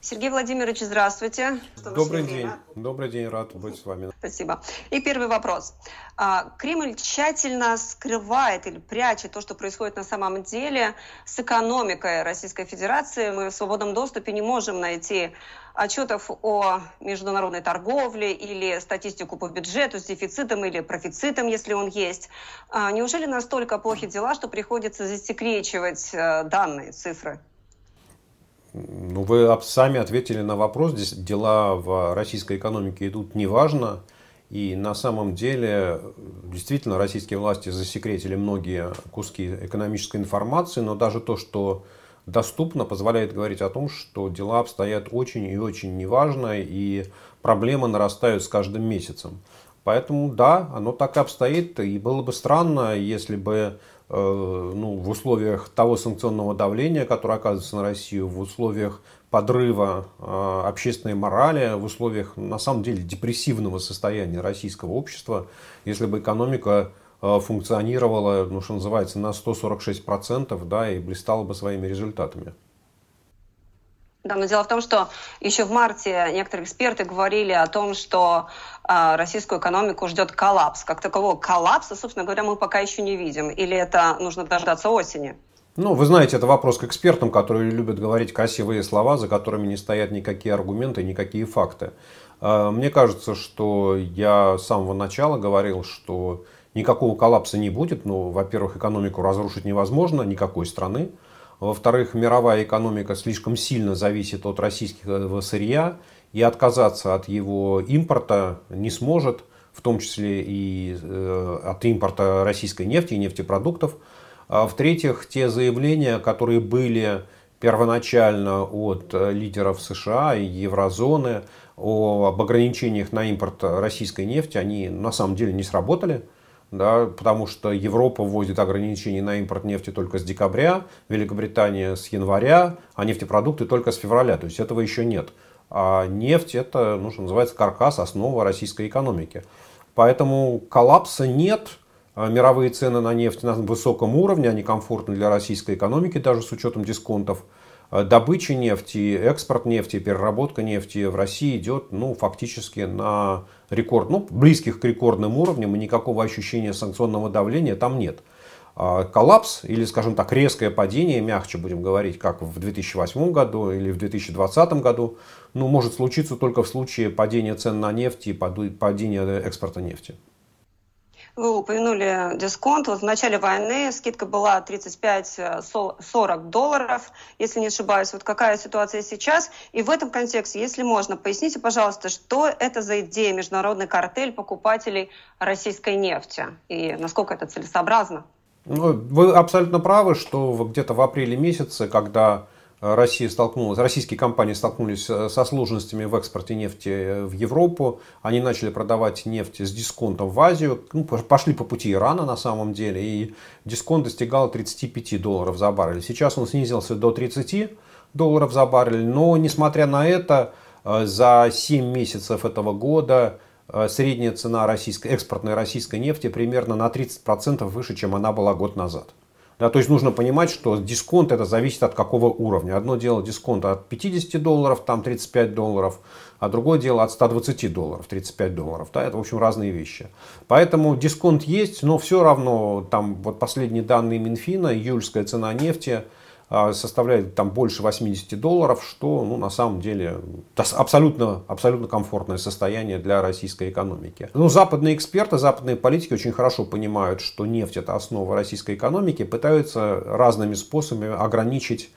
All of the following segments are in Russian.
Сергей Владимирович, здравствуйте. Добрый день, рад быть с вами. Спасибо. И первый вопрос. Кремль тщательно скрывает или прячет то, что происходит на самом деле с экономикой Российской Федерации. Мы в свободном доступе не можем найти отчетов о международной торговле или статистику по бюджету с дефицитом или профицитом, если он есть. Неужели настолько плохи дела, что приходится засекречивать данные, цифры? Ну, вы сами ответили на вопрос. Здесь дела в российской экономике идут неважно. И на самом деле, действительно, российские власти засекретили многие куски экономической информации. Но даже то, что доступно, позволяет говорить о том, что дела обстоят очень и очень неважно. И проблемы нарастают с каждым месяцем. Поэтому да, оно так и обстоит. И было бы странно, если бы в условиях того санкционного давления, которое оказывается на Россию, в условиях подрыва общественной морали, в условиях на самом деле депрессивного состояния российского общества, если бы экономика функционировала, что называется, на 146%, да, и блистала бы своими результатами. Да, но дело в том, что еще в марте некоторые эксперты говорили о том, что российскую экономику ждет коллапс. Как такового коллапса, собственно говоря, мы пока еще не видим. Или это нужно дождаться осени? Ну, вы знаете, это вопрос к экспертам, которые любят говорить красивые слова, за которыми не стоят никакие аргументы, никакие факты. Мне кажется, что я с самого начала говорил, что никакого коллапса не будет. Ну, во-первых, экономику разрушить невозможно, никакой страны. Во-вторых, мировая экономика слишком сильно зависит от российского сырья, и отказаться от его импорта не сможет, в том числе и от импорта российской нефти и нефтепродуктов. В-третьих, те заявления, которые были первоначально от лидеров США и еврозоны об ограничениях на импорт российской нефти, они на самом деле не сработали. Да, потому что Европа вводит ограничения на импорт нефти только с декабря, Великобритания с января, а нефтепродукты только с февраля. То есть этого еще нет. А нефть это, что называется, каркас, основа российской экономики. Поэтому коллапса нет. Мировые цены на нефть на высоком уровне, они комфортны для российской экономики, даже с учетом дисконтов. Добыча нефти, экспорт нефти, переработка нефти в России идет фактически на рекорд, близких к рекордным уровням, и никакого ощущения санкционного давления там нет. Коллапс или, скажем так, резкое падение, мягче будем говорить, как в 2008 году или в 2020 году, может случиться только в случае падения цен на нефть и падения экспорта нефти. Вы упомянули дисконт. Вот в начале войны скидка была 35-40 долларов, если не ошибаюсь. Вот какая ситуация сейчас? И в этом контексте, если можно, поясните, пожалуйста, что это за идея международный картель покупателей российской нефти? И насколько это целесообразно? Вы абсолютно правы, что где-то в апреле месяце, когда российские компании столкнулись со сложностями в экспорте нефти в Европу. Они начали продавать нефть с дисконтом в Азию. Пошли по пути Ирана на самом деле. И дисконт достигал 35 долларов за баррель. Сейчас он снизился до 30 долларов за баррель. Но несмотря на это, за 7 месяцев этого года средняя цена экспортной российской нефти примерно на 30% выше, чем она была год назад. Да, то есть нужно понимать, что дисконт это зависит от какого уровня. Одно дело дисконт от 50 долларов, там 35 долларов, а другое дело от 120 долларов, 35 долларов. Да, это, в общем, разные вещи. Поэтому дисконт есть, но все равно, там вот последние данные Минфина, июльская цена нефти составляет там больше 80 долларов, что на самом деле абсолютно комфортное состояние для российской экономики. Западные эксперты, западные политики очень хорошо понимают, что нефть это основа российской экономики, пытаются разными способами ограничить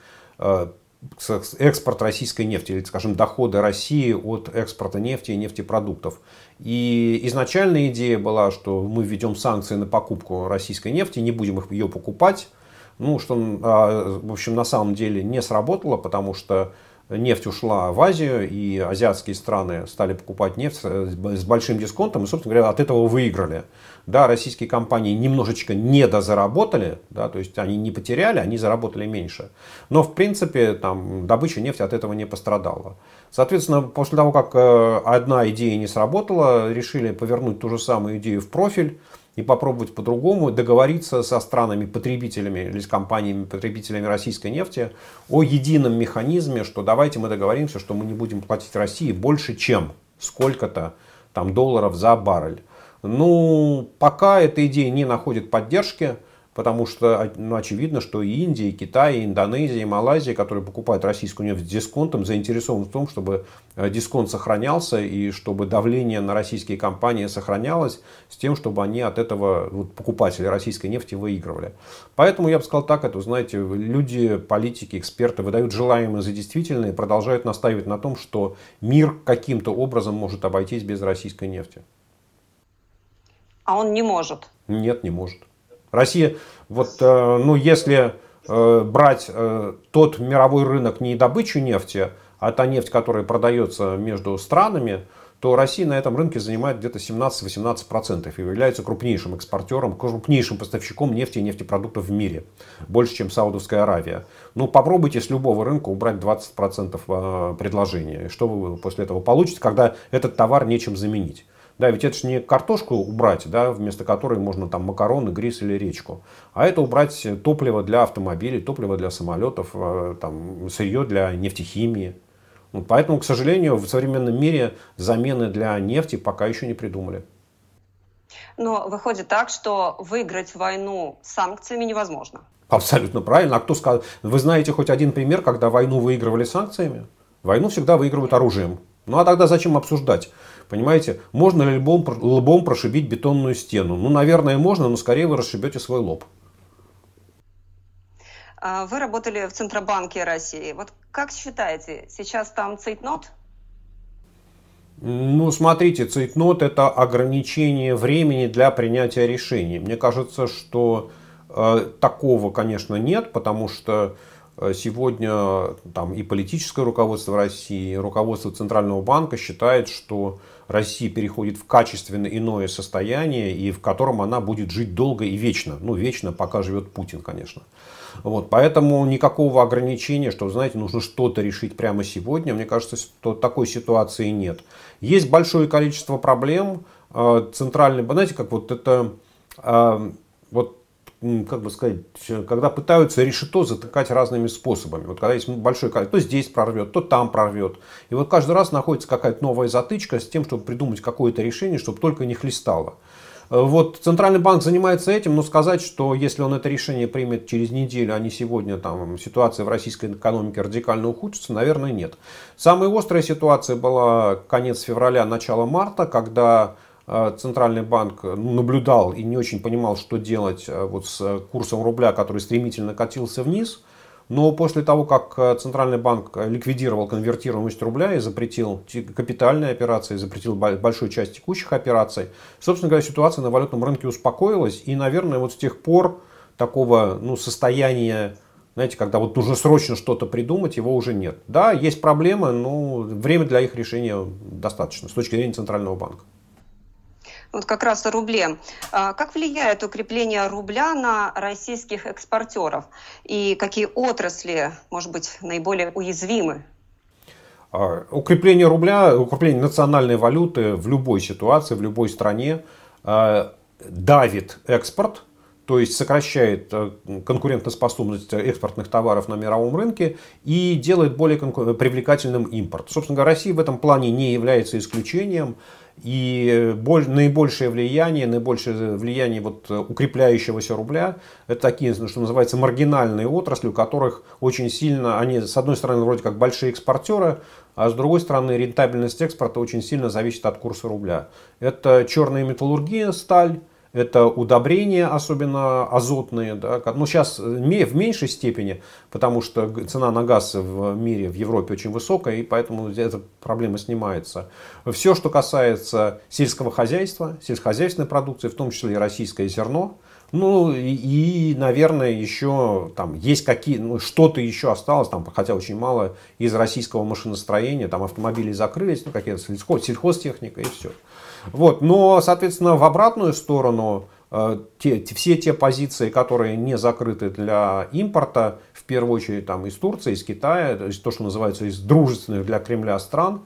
экспорт российской нефти, или, скажем, доходы России от экспорта нефти и нефтепродуктов. И изначальная идея была, что мы введем санкции на покупку российской нефти, не будем ее покупать. Что, в общем, на самом деле не сработало, потому что нефть ушла в Азию, и азиатские страны стали покупать нефть с большим дисконтом, и, собственно говоря, от этого выиграли. Да, российские компании немножечко недозаработали, да, то есть они не потеряли, они заработали меньше. Но, в принципе, добыча нефти от этого не пострадала. Соответственно, после того, как одна идея не сработала, решили повернуть ту же самую идею в профиль. и попробовать по-другому договориться со странами-потребителями или с компаниями-потребителями российской нефти о едином механизме, что давайте мы договоримся, что мы не будем платить России больше, чем сколько-то там долларов за баррель. Ну, пока эта идея не находит поддержки, потому что очевидно, что и Индия, и Китай, и Индонезия, и Малайзия, которые покупают российскую нефть с дисконтом, заинтересованы в том, чтобы дисконт сохранялся и чтобы давление на российские компании сохранялось, с тем, чтобы они от этого, вот, покупатели российской нефти, выигрывали. Поэтому я бы сказал так, это, знаете, люди, политики, эксперты выдают желаемое за действительное и продолжают настаивать на том, что мир каким-то образом может обойтись без российской нефти. А он не может? Нет, не может. Россия, вот, ну, если брать тот мировой рынок не добычу нефти, а та нефть, которая продается между странами, то Россия на этом рынке занимает где-то 17-18% и является крупнейшим экспортером, крупнейшим поставщиком нефти и нефтепродуктов в мире. Больше, чем Саудовская Аравия. Ну, попробуйте с любого рынка убрать 20% предложения. И что вы после этого получите, когда этот товар нечем заменить? Да, ведь это же не картошку убрать, да, вместо которой можно там макароны, рис или речку. А это убрать топливо для автомобилей, топливо для самолетов, там, сырье для нефтехимии. Вот поэтому, к сожалению, в современном мире замены для нефти пока еще не придумали. Но выходит так, что выиграть войну санкциями невозможно. Абсолютно правильно. А кто сказал? Вы знаете хоть один пример, когда войну выигрывали санкциями? Войну всегда выигрывают оружием. Ну а тогда зачем обсуждать? Понимаете, можно ли лбом прошибить бетонную стену? Ну, наверное, можно, но скорее вы расшибете свой лоб. Вы работали в Центробанке России. Вот как считаете, сейчас там цейтнот? Ну, смотрите, цейтнот — это ограничение времени для принятия решений. Мне кажется, что такого, конечно, нет, потому что сегодня там и политическое руководство России, и руководство Центрального банка считает, что Россия переходит в качественно иное состояние, и в котором она будет жить долго и вечно. Ну, вечно, пока живет Путин, конечно. Вот, поэтому никакого ограничения, что, знаете, нужно что-то решить прямо сегодня, мне кажется, что такой ситуации нет. Есть большое количество проблем. Центральный, знаете, как вот это, вот, как бы сказать, когда пытаются решето затыкать разными способами. Вот когда есть большой количество, то здесь прорвет, то там прорвет. И вот каждый раз находится какая-то новая затычка с тем, чтобы придумать какое-то решение, чтобы только не хлестало. Вот Центральный банк занимается этим, но сказать, что если он это решение примет через неделю, а не сегодня, там, ситуация в российской экономике радикально ухудшится, наверное, нет. Самая острая ситуация была конец февраля, начало марта, когда Центральный банк наблюдал и не очень понимал, что делать вот с курсом рубля, который стремительно катился вниз. Но после того, как Центральный банк ликвидировал конвертируемость рубля и запретил капитальные операции, запретил большую часть текущих операций, собственно говоря, ситуация на валютном рынке успокоилась. И, наверное, вот с тех пор такого, ну, состояния, знаете, когда вот нужно срочно что-то придумать, его уже нет. Да, есть проблемы, но время для их решения достаточно с точки зрения Центрального банка. Вот как раз о рубле. Как влияет укрепление рубля на российских экспортеров? И какие отрасли, может быть, наиболее уязвимы? Укрепление рубля, укрепление национальной валюты в любой ситуации, в любой стране давит экспорт, то есть сокращает конкурентоспособность экспортных товаров на мировом рынке и делает более привлекательным импорт. Собственно говоря, Россия в этом плане не является исключением. И наибольшее влияние вот укрепляющегося рубля — это такие, что называется, маргинальные отрасли, у которых очень сильно, они с одной стороны вроде как большие экспортеры, а с другой стороны рентабельность экспорта очень сильно зависит от курса рубля. Это черная металлургия, сталь. Это удобрения, особенно азотные, да, ну, сейчас в меньшей степени, потому что цена на газ в мире, в Европе очень высокая, и поэтому эта проблема снимается. Все, что касается сельского хозяйства, сельскохозяйственной продукции, в том числе и российское зерно, ну и наверное, еще там есть что-то еще осталось, там, хотя очень мало, из российского машиностроения, там автомобили закрылись, ну, какие-то сельхозтехника и все. Вот, но, соответственно, в обратную сторону все те позиции, которые не закрыты для импорта, в первую очередь там, из Турции, из Китая, то есть то, что называется из дружественных для Кремля стран,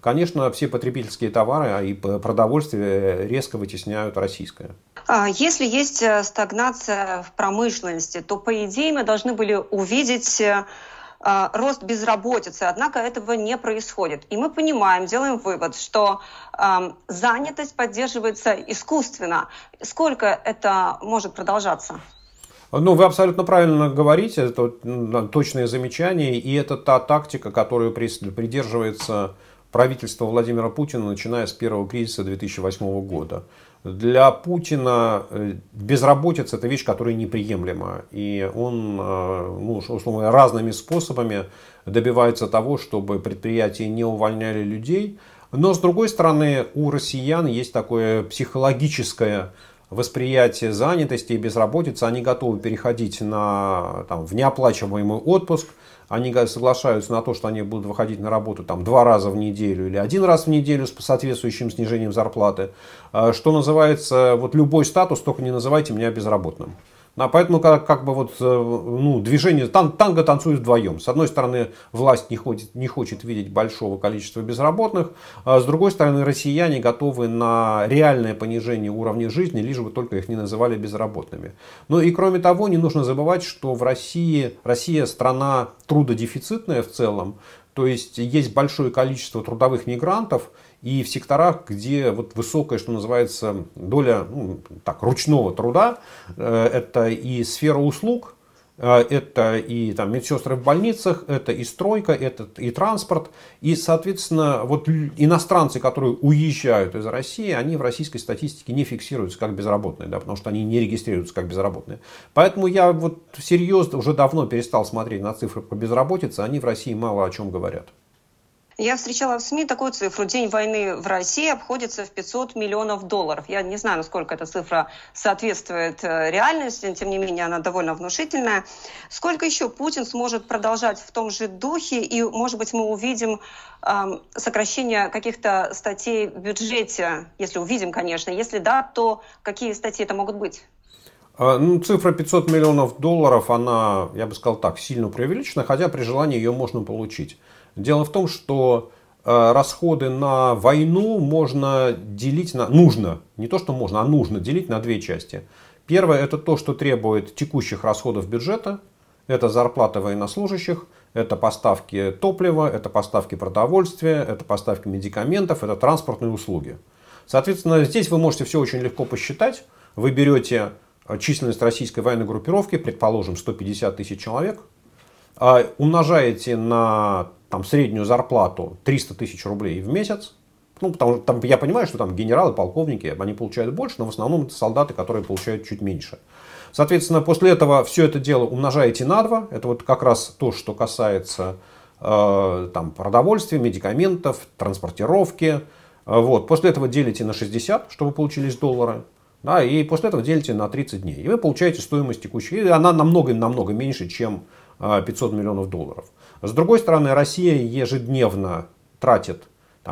конечно, все потребительские товары и продовольствие резко вытесняют российское. Если есть стагнация в промышленности, то, по идее, мы должны были увидеть рост безработицы, однако этого не происходит. И мы понимаем, делаем вывод, что занятость поддерживается искусственно. Сколько это может продолжаться? Ну, вы абсолютно правильно говорите, это точное замечание, и это та тактика, которую придерживается правительство Владимира Путина, начиная с первого кризиса 2008 года. Для Путина безработица – это вещь, которая неприемлема. И он условно, разными способами добивается того, чтобы предприятия не увольняли людей. Но, с другой стороны, у россиян есть такое психологическое восприятие занятости и безработицы. Они готовы переходить в неоплачиваемый отпуск. Они соглашаются на то, что они будут выходить на работу 2 раза в неделю или 1 раз в неделю с соответствующим снижением зарплаты. Что называется, любой статус, только не называйте меня безработным. Поэтому движение танго танцует вдвоем. С одной стороны, власть не хочет видеть большого количества безработных, а с другой стороны, россияне готовы на реальное понижение уровня жизни, лишь бы только их не называли безработными. Ну и кроме того, не нужно забывать, что в Россия страна трудодефицитная в целом. То есть есть большое количество трудовых мигрантов, и в секторах, где высокая, что называется, доля ручного труда, это и сфера услуг, это и медсестры в больницах, это и стройка, это и транспорт. И, соответственно, иностранцы, которые уезжают из России, они в российской статистике не фиксируются как безработные, потому что они не регистрируются как безработные. Поэтому я серьезно уже давно перестал смотреть на цифры по безработице, они в России мало о чем говорят. Я встречала в СМИ такую цифру. День войны в России обходится в $500 миллионов. Я не знаю, насколько эта цифра соответствует реальности, тем не менее она довольно внушительная. Сколько еще Путин сможет продолжать в том же духе? И, может быть, мы увидим сокращение каких-то статей в бюджете, если увидим, конечно. Если да, то какие статьи это могут быть? Цифра $500 миллионов, она, я бы сказал так, сильно преувеличена, хотя при желании ее можно получить. Дело в том, что расходы на войну нужно делить на 2 части. Первое – это то, что требует текущих расходов бюджета. Это зарплаты военнослужащих, это поставки топлива, это поставки продовольствия, это поставки медикаментов, это транспортные услуги. Соответственно, здесь вы можете все очень легко посчитать. Вы берете численность российской военной группировки, предположим, 150 тысяч человек, умножаете на среднюю зарплату 300 тысяч рублей в месяц. Потому что я понимаю, что генералы, полковники, они получают больше, но в основном это солдаты, которые получают чуть меньше. Соответственно, после этого все это дело умножаете на 2. Это как раз то, что касается продовольствия, медикаментов, транспортировки. После этого делите на 60, чтобы получились доллары. Да, и после этого делите на 30 дней. И вы получаете стоимость текущей. И она намного меньше, чем $500 миллионов. С другой стороны, Россия ежедневно тратит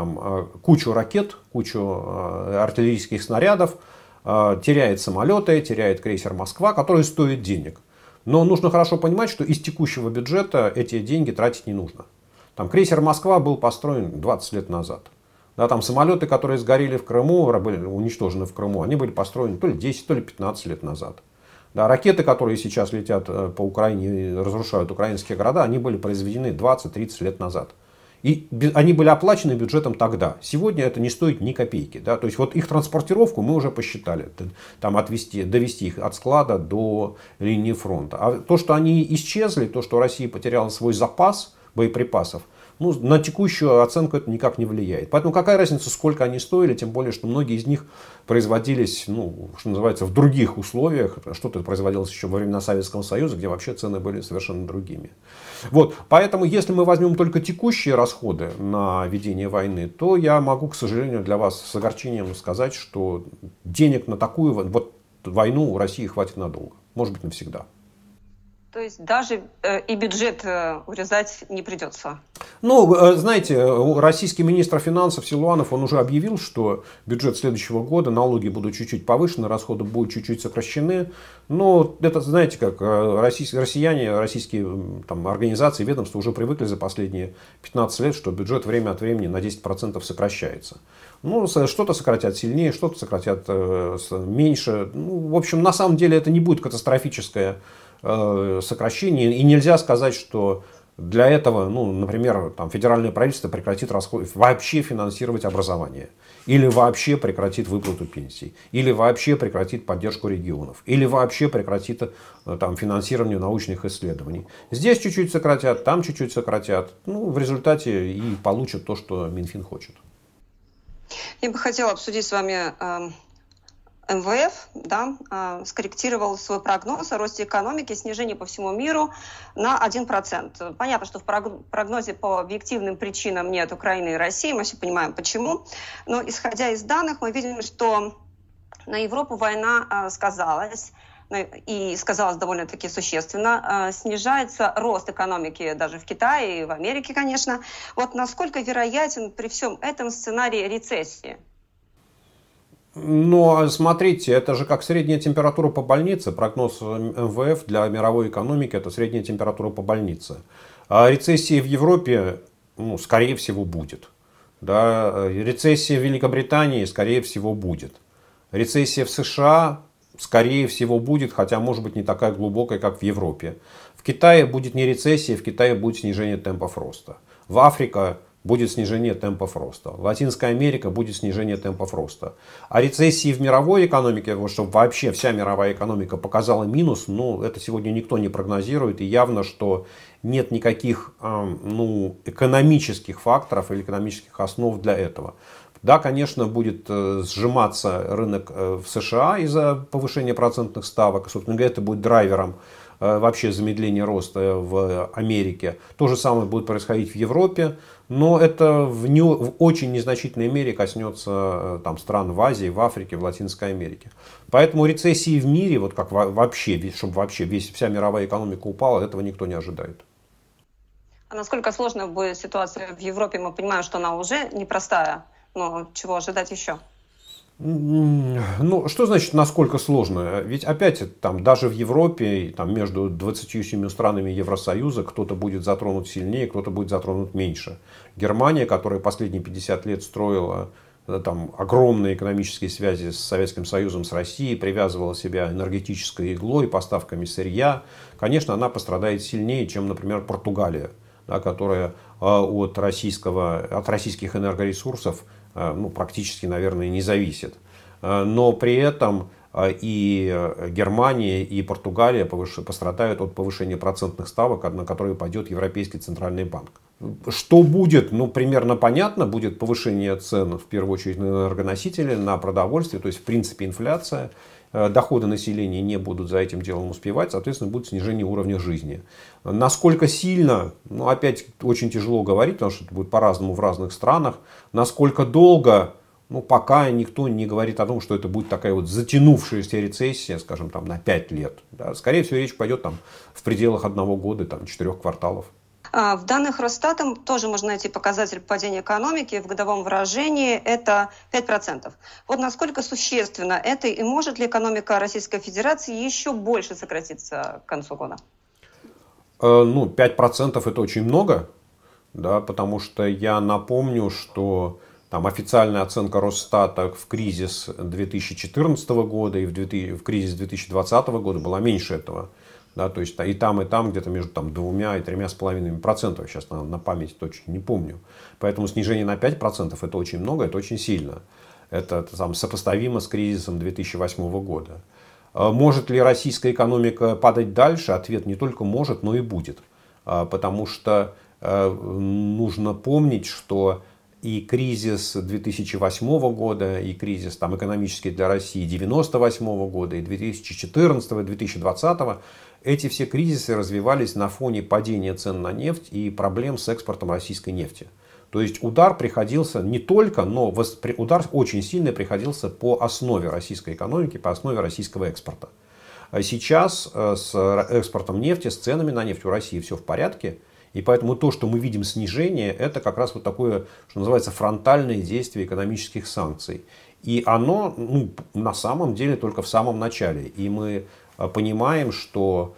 кучу ракет, кучу артиллерийских снарядов, теряет самолеты, теряет крейсер «Москва», который стоит денег. Но нужно хорошо понимать, что из текущего бюджета эти деньги тратить не нужно. Крейсер «Москва» был построен 20 лет назад. Да, самолеты, которые сгорели в Крыму, были уничтожены в Крыму, они были построены то ли 10, то ли 15 лет назад. Да, ракеты, которые сейчас летят по Украине и разрушают украинские города, они были произведены 20-30 лет назад. И они были оплачены бюджетом тогда. Сегодня это не стоит ни копейки. Да? То есть их транспортировку мы уже посчитали. Довести их от склада до линии фронта. А то, что они исчезли, то, что Россия потеряла свой запас боеприпасов, на текущую оценку это никак не влияет. Поэтому какая разница, сколько они стоили, тем более, что многие из них производились, что называется, в других условиях. Что-то производилось еще во времена Советского Союза, где вообще цены были совершенно другими. Поэтому, если мы возьмем только текущие расходы на ведение войны, то я могу, к сожалению, для вас с огорчением сказать, что денег на такую войну у России хватит надолго. Может быть, навсегда. То есть даже и бюджет урезать не придется? Ну, знаете, российский министр финансов Силуанов, он уже объявил, что бюджет следующего года, налоги будут чуть-чуть повышены, расходы будут чуть-чуть сокращены. Но это, знаете, как россияне, российские там, организации, ведомства уже привыкли за последние 15 лет, что бюджет время от времени на 10% сокращается. Ну, что-то сократят сильнее, что-то сократят меньше. Ну, в общем, на самом деле это не будет катастрофическое сокращение. И нельзя сказать, что для этого, ну, например, там, федеральное правительство прекратит вообще финансировать образование. Или вообще прекратит выплату пенсий. Или вообще прекратит поддержку регионов. Или вообще прекратит там, финансирование научных исследований. Здесь чуть-чуть сократят, там чуть-чуть сократят. Ну, в результате и получат то, что Минфин хочет. Я бы хотела обсудить с вами МВФ, да, скорректировал свой прогноз о росте экономики, снижении по всему миру на 1%. Понятно, что в прогнозе по объективным причинам нет Украины и России, мы все понимаем почему, но исходя из данных мы видим, что на Европу война сказалась, и сказалось довольно-таки существенно, снижается рост экономики даже в Китае и в Америке, конечно. Вот насколько вероятен при всем этом сценарий рецессии? Но смотрите, это же как средняя температура по больнице. Прогноз МВФ для мировой экономики — это средняя температура по больнице. А рецессия в Европе, ну, скорее всего, будет. Да? Рецессия в Великобритании, скорее всего, будет. Рецессия в США, скорее всего, будет, хотя может быть не такая глубокая, как в Европе. В Китае будет не рецессия, в Китае будет снижение темпов роста. В Африке будет снижение темпов роста. Латинская Америка будет снижение темпов роста. А рецессии в мировой экономике, вот, чтобы вообще вся мировая экономика показала минус, ну, это сегодня никто не прогнозирует. И явно, что нет никаких экономических факторов или экономических основ для этого. Да, конечно, будет сжиматься рынок в США из-за повышения процентных ставок. Собственно говоря, это будет драйвером вообще замедления роста в Америке. То же самое будет происходить в Европе, но это в очень незначительной мере коснется там, стран в Азии, в Африке, в Латинской Америке. Поэтому рецессии в мире, вот как вообще, чтобы вообще вся мировая экономика упала, этого никто не ожидает. А насколько сложная будет ситуация в Европе? Мы понимаем, что она уже непростая, но чего ожидать еще? Ну, что значит, насколько сложно? Ведь опять, там, даже в Европе, там, между 27 странами Евросоюза, кто-то будет затронут сильнее, кто-то будет затронут меньше. Германия, которая последние 50 лет строила там, огромные экономические связи с Советским Союзом, с Россией, привязывала себя энергетической иглой, поставками сырья, конечно, она пострадает сильнее, чем, например, Португалия, да, которая от российских энергоресурсов практически, наверное, не зависит. Но при этом и Германия, и Португалия пострадают от повышения процентных ставок, на которые пойдет Европейский центральный банк. Что будет? Ну, примерно понятно. Будет повышение цен, в первую очередь, на энергоносители, на продовольствие. То есть, в принципе, инфляция. Доходы населения не будут за этим делом успевать. Соответственно, будет снижение уровня жизни. Насколько сильно? Ну, опять очень тяжело говорить, потому что это будет по-разному в разных странах. Насколько долго? Ну, пока никто не говорит о том, что это будет такая вот затянувшаяся рецессия, скажем, там, на 5 лет. Да. Скорее всего, речь пойдет там, в пределах 1 года, там, 4 кварталов. В данных Росстата тоже можно найти показатель падения экономики в годовом выражении, это 5%. Вот насколько существенно это и может ли экономика Российской Федерации еще больше сократиться к концу года? 5% это очень много, да, потому что я напомню, что там официальная оценка Росстата в кризис 2014 года и в кризис 2020 года была меньше этого. Да, то есть и там где-то между 2 и 3,5%. Сейчас на память точно не помню. Поэтому снижение на 5% это очень много, это очень сильно. Это там, сопоставимо с кризисом 2008 года. Может ли российская экономика падать дальше? Ответ не только может, но и будет. Потому что нужно помнить, что и кризис 2008 года, и кризис там, экономический для России 1998 года, и 2014, и 2020, эти все кризисы развивались на фоне падения цен на нефть и проблем с экспортом российской нефти. То есть удар приходился не только, но удар очень сильный приходился по основе российской экономики, по основе российского экспорта. Сейчас с экспортом нефти, с ценами на нефть у России все в порядке. И поэтому то, что мы видим снижение, это как раз вот такое, что называется, фронтальное действие экономических санкций. И оно, ну, на самом деле только в самом начале. И мы понимаем, что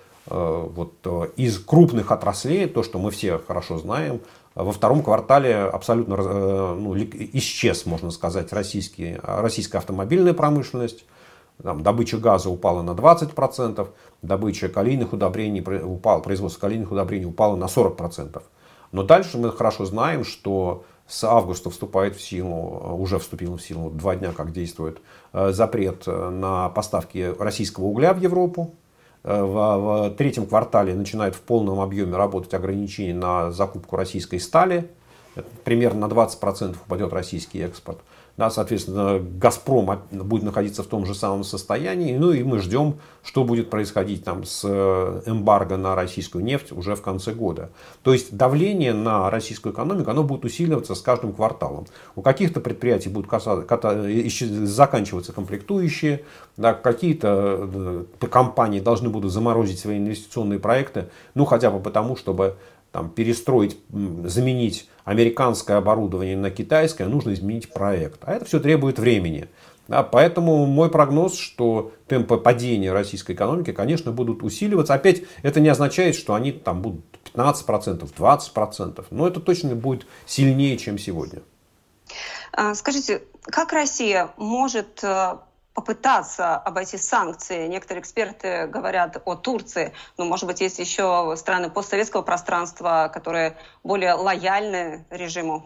из крупных отраслей, то, что мы все хорошо знаем, во втором квартале абсолютно исчез, можно сказать, российская автомобильная промышленность. Там, добыча газа упала на 20%, добыча калийных удобрений упала, производство калийных удобрений упало на 40%. Но дальше мы хорошо знаем, что с августа вступает в силу, уже вступил в силу 2 дня, как действует запрет на поставки российского угля в Европу. В третьем квартале начинает в полном объеме работать ограничения на закупку российской стали. Примерно на 20% упадет российский экспорт. Да, соответственно, «Газпром» будет находиться в том же самом состоянии. Ну и мы ждем, что будет происходить там с эмбарго на российскую нефть уже в конце года. То есть давление на российскую экономику оно будет усиливаться с каждым кварталом. У каких-то предприятий будут заканчиваться комплектующие. Да, какие-то компании должны будут заморозить свои инвестиционные проекты. Ну хотя бы потому, чтобы там, перестроить, заменить американское оборудование на китайское, нужно изменить проект. А это все требует времени. Да, поэтому мой прогноз, что темпы падения российской экономики, конечно, будут усиливаться. Опять, это не означает, что они там будут 15%, 20%. Но это точно будет сильнее, чем сегодня. Скажите, как Россия может попытаться обойти санкции? Некоторые эксперты говорят о Турции, но, может быть, есть еще страны постсоветского пространства, которые более лояльны режиму?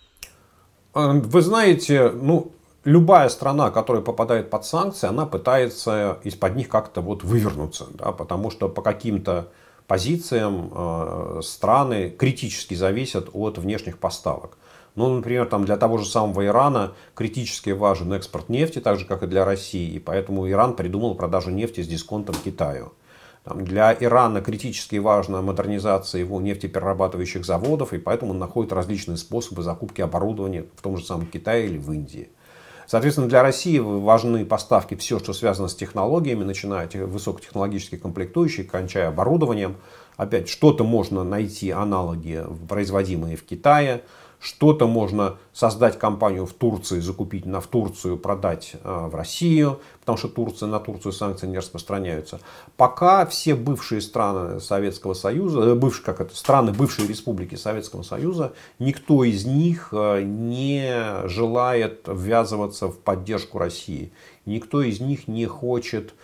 Вы знаете, любая страна, которая попадает под санкции, она пытается из-под них как-то вывернуться, да, потому что по каким-то позициям страны критически зависят от внешних поставок. Например, для того же самого Ирана критически важен экспорт нефти, так же, как и для России. И поэтому Иран придумал продажу нефти с дисконтом Китаю. Для Ирана критически важна модернизация его нефтеперерабатывающих заводов. И поэтому он находит различные способы закупки оборудования в том же самом Китае или в Индии. Соответственно, для России важны поставки, все, что связано с технологиями, начиная от высокотехнологических комплектующих, кончая оборудованием. Опять, что-то можно найти аналоги, производимые в Китае. Что-то можно создать компанию в Турции, закупить в Турцию, продать в Россию, потому что на Турцию санкции не распространяются. Пока все бывшие страны Советского Союза, страны бывшей республики Советского Союза, никто из них не желает ввязываться в поддержку России. Никто из них не хочет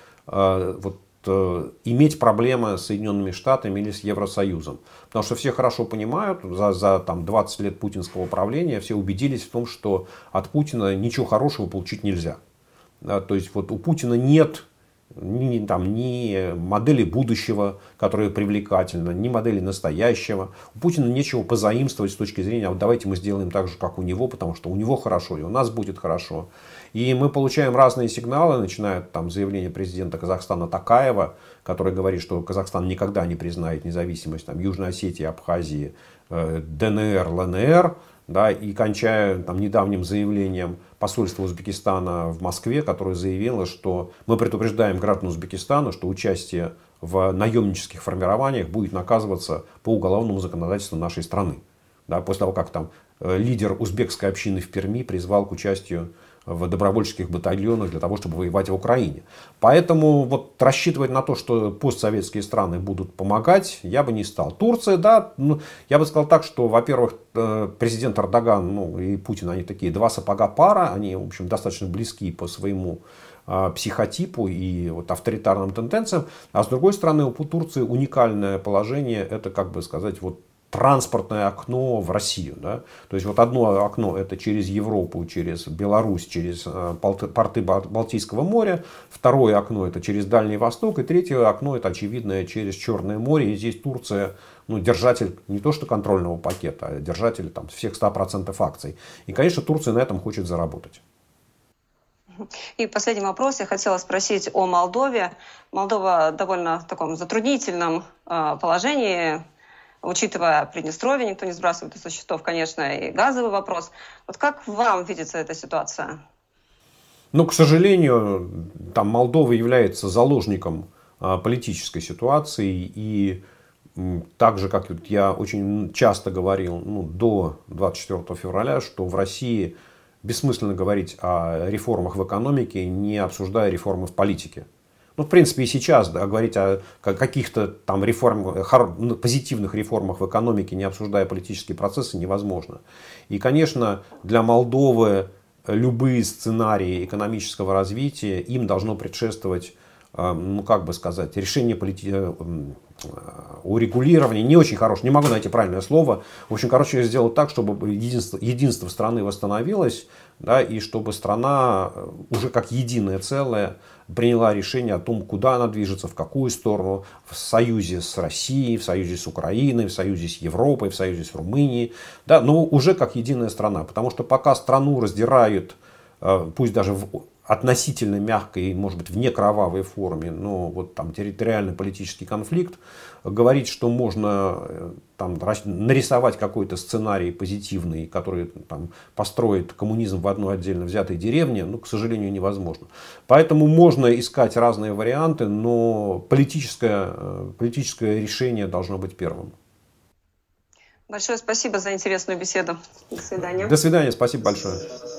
иметь проблемы с Соединенными Штатами или с Евросоюзом. Потому что все хорошо понимают, за 20 лет путинского правления все убедились в том, что от Путина ничего хорошего получить нельзя. Да, то есть у Путина нет ни модели будущего, которая привлекательна, ни модели настоящего. У Путина нечего позаимствовать с точки зрения, давайте мы сделаем так же, как у него, потому что у него хорошо и у нас будет хорошо. И мы получаем разные сигналы, начиная от заявления президента Казахстана Токаева, который говорит, что Казахстан никогда не признает независимость Южной Осетии, Абхазии, ДНР, ЛНР, да, и кончая недавним заявлением посольства Узбекистана в Москве, которое заявило, что мы предупреждаем граждан Узбекистана, что участие в наемнических формированиях будет наказываться по уголовному законодательству нашей страны. Да, после того, как лидер узбекской общины в Перми призвал к участию в добровольческих батальонах для того, чтобы воевать в Украине. Поэтому рассчитывать на то, что постсоветские страны будут помогать, я бы не стал. Турция, да, я бы сказал так, что, во-первых, президент Эрдоган и Путин, они такие два сапога пара, они, в общем, достаточно близки по своему психотипу и авторитарным тенденциям. А с другой стороны, у Турции уникальное положение, это, транспортное окно в Россию. Да? То есть одно окно это через Европу, через Беларусь, через порты Балтийского моря. Второе окно это через Дальний Восток. И третье окно это очевидное через Черное море. И здесь Турция держатель не то что контрольного пакета, а держатель всех 100% акций. И, конечно, Турция на этом хочет заработать. И последний вопрос. Я хотела спросить о Молдове. Молдова довольно в таком затруднительном положении, учитывая Приднестровье, никто не сбрасывает со счетов, конечно, и газовый вопрос. Как вам видится эта ситуация? К сожалению, Молдова является заложником политической ситуации. И так же, как я очень часто говорил, до 24 февраля, что в России бессмысленно говорить о реформах в экономике, не обсуждая реформы в политике. В принципе, и сейчас говорить о каких-то там позитивных реформах в экономике, не обсуждая политические процессы, невозможно. И, конечно, для Молдовы любые сценарии экономического развития, им должно предшествовать, решение урегулирования, не очень хорошее, не могу найти правильное слово. В общем, сделать так, чтобы единство страны восстановилось, да, и чтобы страна уже как единое целое приняла решение о том, куда она движется, в какую сторону, в союзе с Россией, в союзе с Украиной, в союзе с Европой, в союзе с Румынией, да, но уже как единая страна. Потому что пока страну раздирают, пусть даже в относительно мягкой, может быть, в некровавой форме, но вот там территориальный политический конфликт, говорить, что можно там нарисовать какой-то сценарий позитивный, который там построит коммунизм в одной отдельно взятой деревне, к сожалению, невозможно. Поэтому можно искать разные варианты, но политическое решение должно быть первым. Большое спасибо за интересную беседу. До свидания. До свидания, спасибо большое.